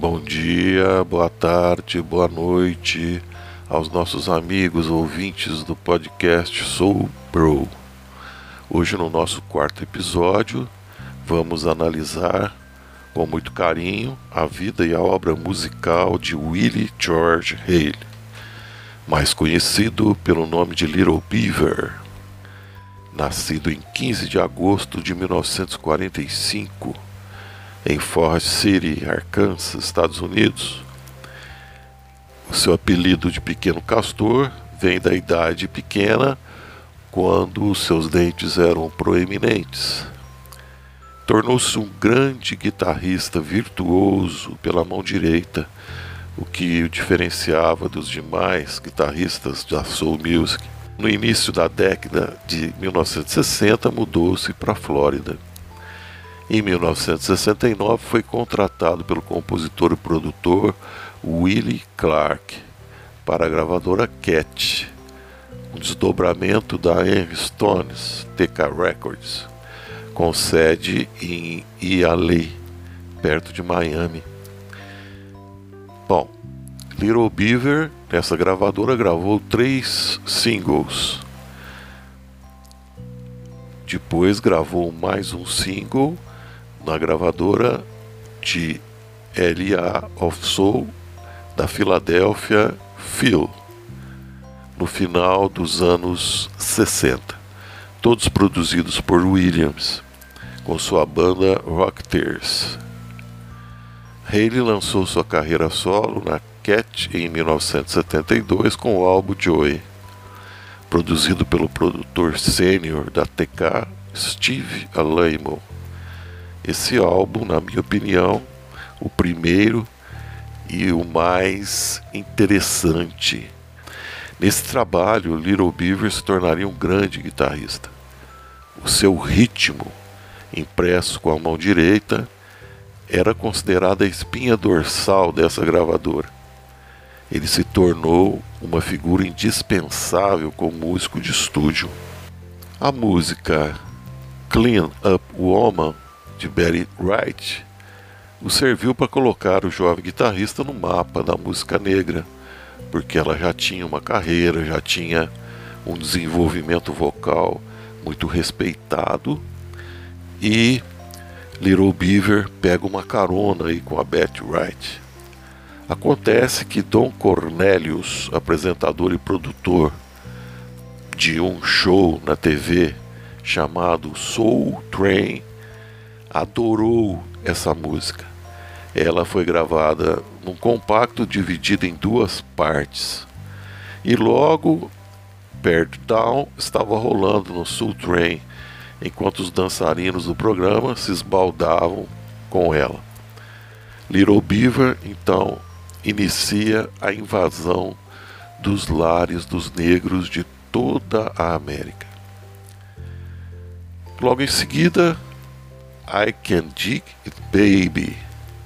Bom dia, boa tarde, boa noite aos nossos amigos ouvintes do podcast Soul Bro. Hoje, no nosso quarto episódio, vamos analisar com muito carinho a vida e a obra musical de Willie George Haley, mais conhecido pelo nome de Little Beaver. Nascido em 15 de agosto de 1945, em Forest City, Arkansas, Estados Unidos. O seu apelido de Pequeno Castor vem da idade pequena, quando os seus dentes eram proeminentes. Tornou-se um grande guitarrista virtuoso pela mão direita, o que o diferenciava dos demais guitarristas da soul music. No início da década de 1960, mudou-se para a Flórida. Em 1969, foi contratado pelo compositor e produtor Willie Clark para a gravadora Cat, um desdobramento da Henry Stones TK Records, com sede em Hialeah, perto de Miami. Bom, Little Beaver, nessa gravadora, gravou 3 singles. Depois gravou mais um single na gravadora de L.A. of Soul da Filadélfia, Phil, no final dos anos 60, todos produzidos por Williams, com sua banda Rocketeers. Haley lançou sua carreira solo na Cat em 1972 com o álbum Joey, produzido pelo produtor sênior da TK, Steve Alaimo. Esse álbum, na minha opinião, o primeiro e o mais interessante. Nesse trabalho, Little Beaver se tornaria um grande guitarrista. O seu ritmo, impresso com a mão direita, era considerado a espinha dorsal dessa gravadora. Ele se tornou uma figura indispensável como músico de estúdio. A música Clean Up Woman, de Betty Wright, o serviu para colocar o jovem guitarrista no mapa da música negra, porque ela já tinha uma carreira, já tinha um desenvolvimento vocal muito respeitado, e Little Beaver pega uma carona aí com a Betty Wright. Acontece que Don Cornelius, apresentador e produtor de um show na TV chamado Soul Train, adorou essa música. Ela foi gravada num compacto dividido em 2 partes. E logo, Perd Down estava rolando no Soul Train, enquanto os dançarinos do programa se esbaldavam com ela. Little Beaver, então, inicia a invasão dos lares dos negros de toda a América. Logo em seguida, I Can Dig It Baby.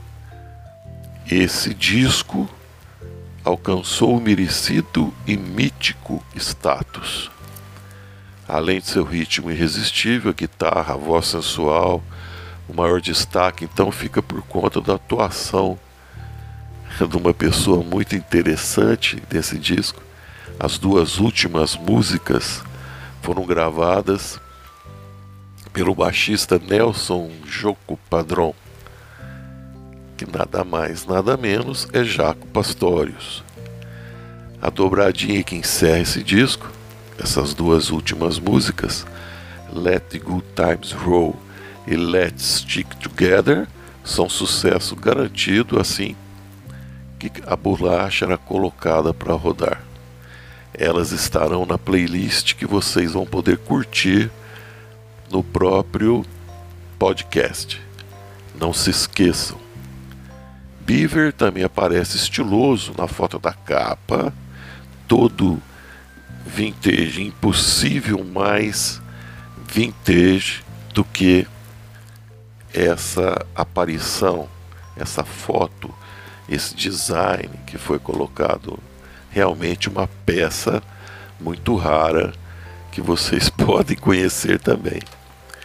Esse disco alcançou o merecido e mítico status. Além de seu ritmo irresistível, a guitarra, a voz sensual, o maior destaque então fica por conta da atuação de uma pessoa muito interessante desse disco. As 2 últimas músicas foram gravadas pelo baixista Nelson Joco Padrón, que nada mais, nada menos é Jaco Pastorius. A dobradinha que encerra esse disco, essas 2 últimas músicas, Let the Good Times Roll e Let's Stick Together, são sucesso garantido assim que a bolacha era colocada para rodar. Elas estarão na playlist que vocês vão poder curtir no próprio podcast. Não se esqueçam. Beaver também aparece estiloso na foto da capa, todo vintage, impossível mais vintage do que essa aparição, essa foto, esse design que foi colocado. Realmente uma peça muito rara que vocês podem conhecer também.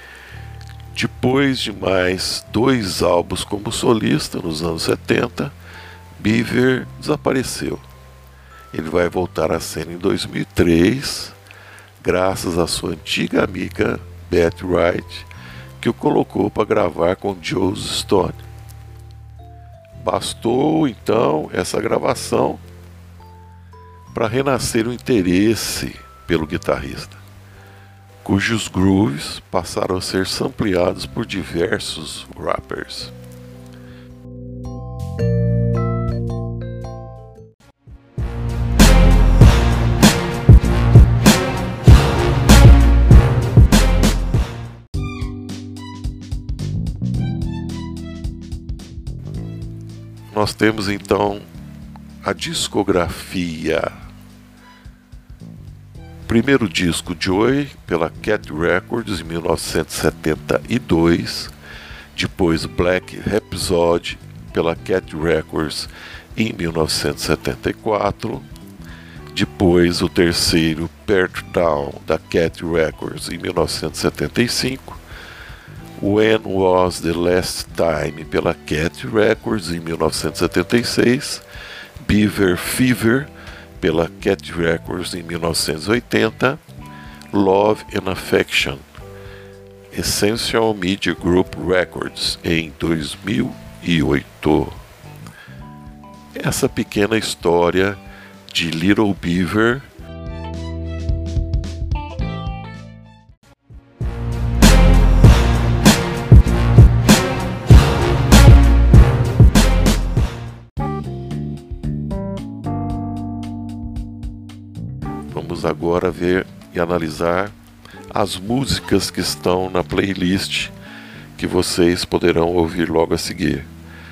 Depois de mais 2 álbuns como solista nos anos 70, Beaver desapareceu. Ele vai voltar à cena em 2003, graças à sua antiga amiga Beth Wright, que o colocou para gravar com Joss Stone. Bastou então essa gravação para renascer o interesse pelo guitarrista, cujos grooves passaram a ser sampleados por diversos rappers. Nós temos então a discografia. Primeiro disco Joy pela Cat Records em 1972, depois Black Rhapsody pela Cat Records em 1974, depois o terceiro Part Down da Cat Records em 1975, When Was the Last Time pela Cat Records em 1976, Beaver Fever pela Cat Records em 1980, Love and Affection, Essential Media Group Records em 2008. Essa pequena história de Little Beaver Vamos agora ver e analisar as músicas que estão na playlist que vocês poderão ouvir logo a seguir.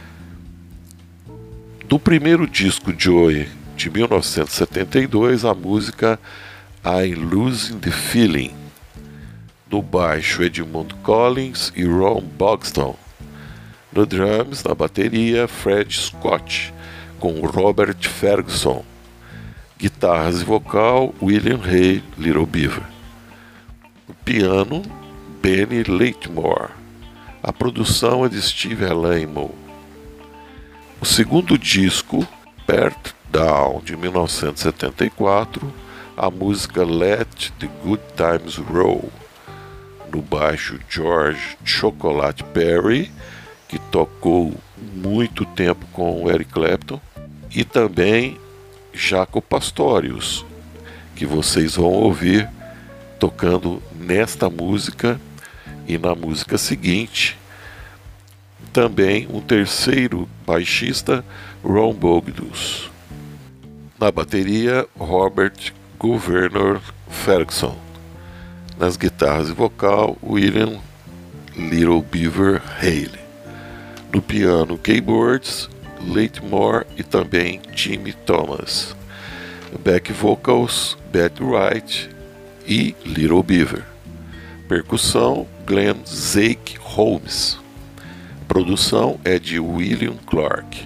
Do primeiro disco Joy de 1972, a música I'm Losing the Feeling, no baixo Edmund Collins e Ron Buxton, no drums, na bateria Fred Scott com Robert Ferguson, guitarras e vocal William Hay, Little Beaver. O piano, Benny Latimore. A produção é de Steve Alaimo. O segundo disco, Part Down, de 1974, a música Let the Good Times Roll. No baixo, George Chocolate Perry, que tocou muito tempo com o Eric Clapton, e também Jaco Pastorius, que vocês vão ouvir tocando nesta música e na música seguinte. Também um terceiro baixista, Ron Bogdus. Na bateria, Robert Governor Ferguson. Nas guitarras e vocal, William Little Beaver Haley. No piano, keyboards, Latimore e também Jimmy Thomas. Back vocals, Beth Wright e Little Beaver. Percussão, Glenn Zake Holmes. Produção é de William Clark.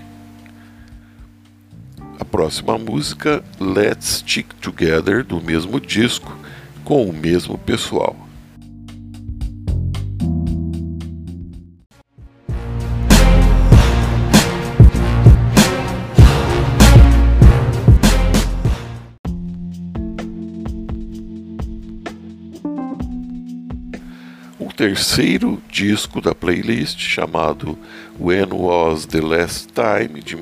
A próxima música, Let's Stick Together, do mesmo disco, com o mesmo pessoal. O terceiro disco da playlist, chamado When Was the Last Time, de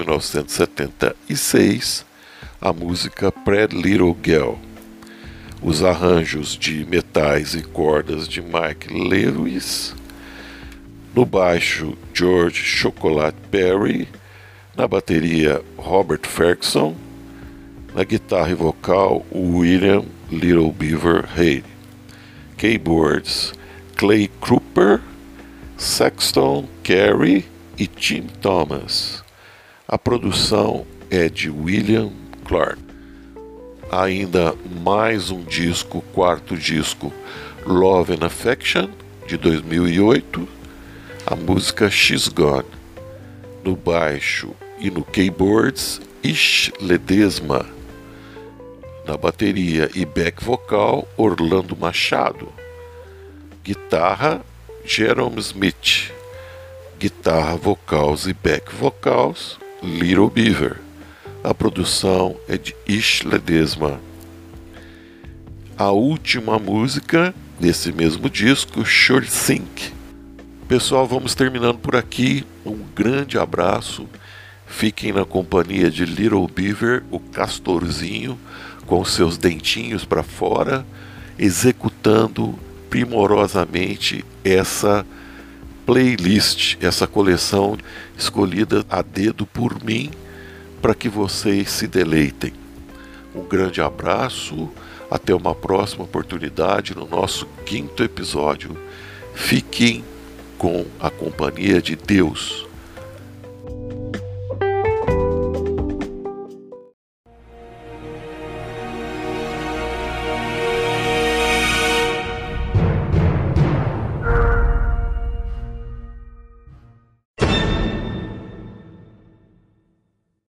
1976, a música Pretty Little Girl. Os arranjos de metais e cordas de Mike Lewis. No baixo, George Chocolate Perry. Na bateria, Robert Ferguson. Na guitarra e vocal, William Little Beaver Haley. Keyboards, Clay Cooper, Sexton Carey e Tim Thomas. A produção é de William Clark. Ainda mais um disco, quarto disco, Love and Affection, de 2008, a música She's Gone. No baixo e no keyboards, Ish Ledesma. Na bateria e back vocal, Orlando Machado. Guitarra, Jerome Smith. Guitarra, vocals e back vocals, Little Beaver. A produção é de Ish Ledesma. A última música desse mesmo disco, Sure Think. Pessoal, vamos terminando por aqui. Um grande abraço. Fiquem na companhia de Little Beaver, o castorzinho, com seus dentinhos para fora, executando primorosamente essa playlist, essa coleção escolhida a dedo por mim, para que vocês se deleitem. Um grande abraço, até uma próxima oportunidade no nosso 5º episódio. Fiquem com a companhia de Deus.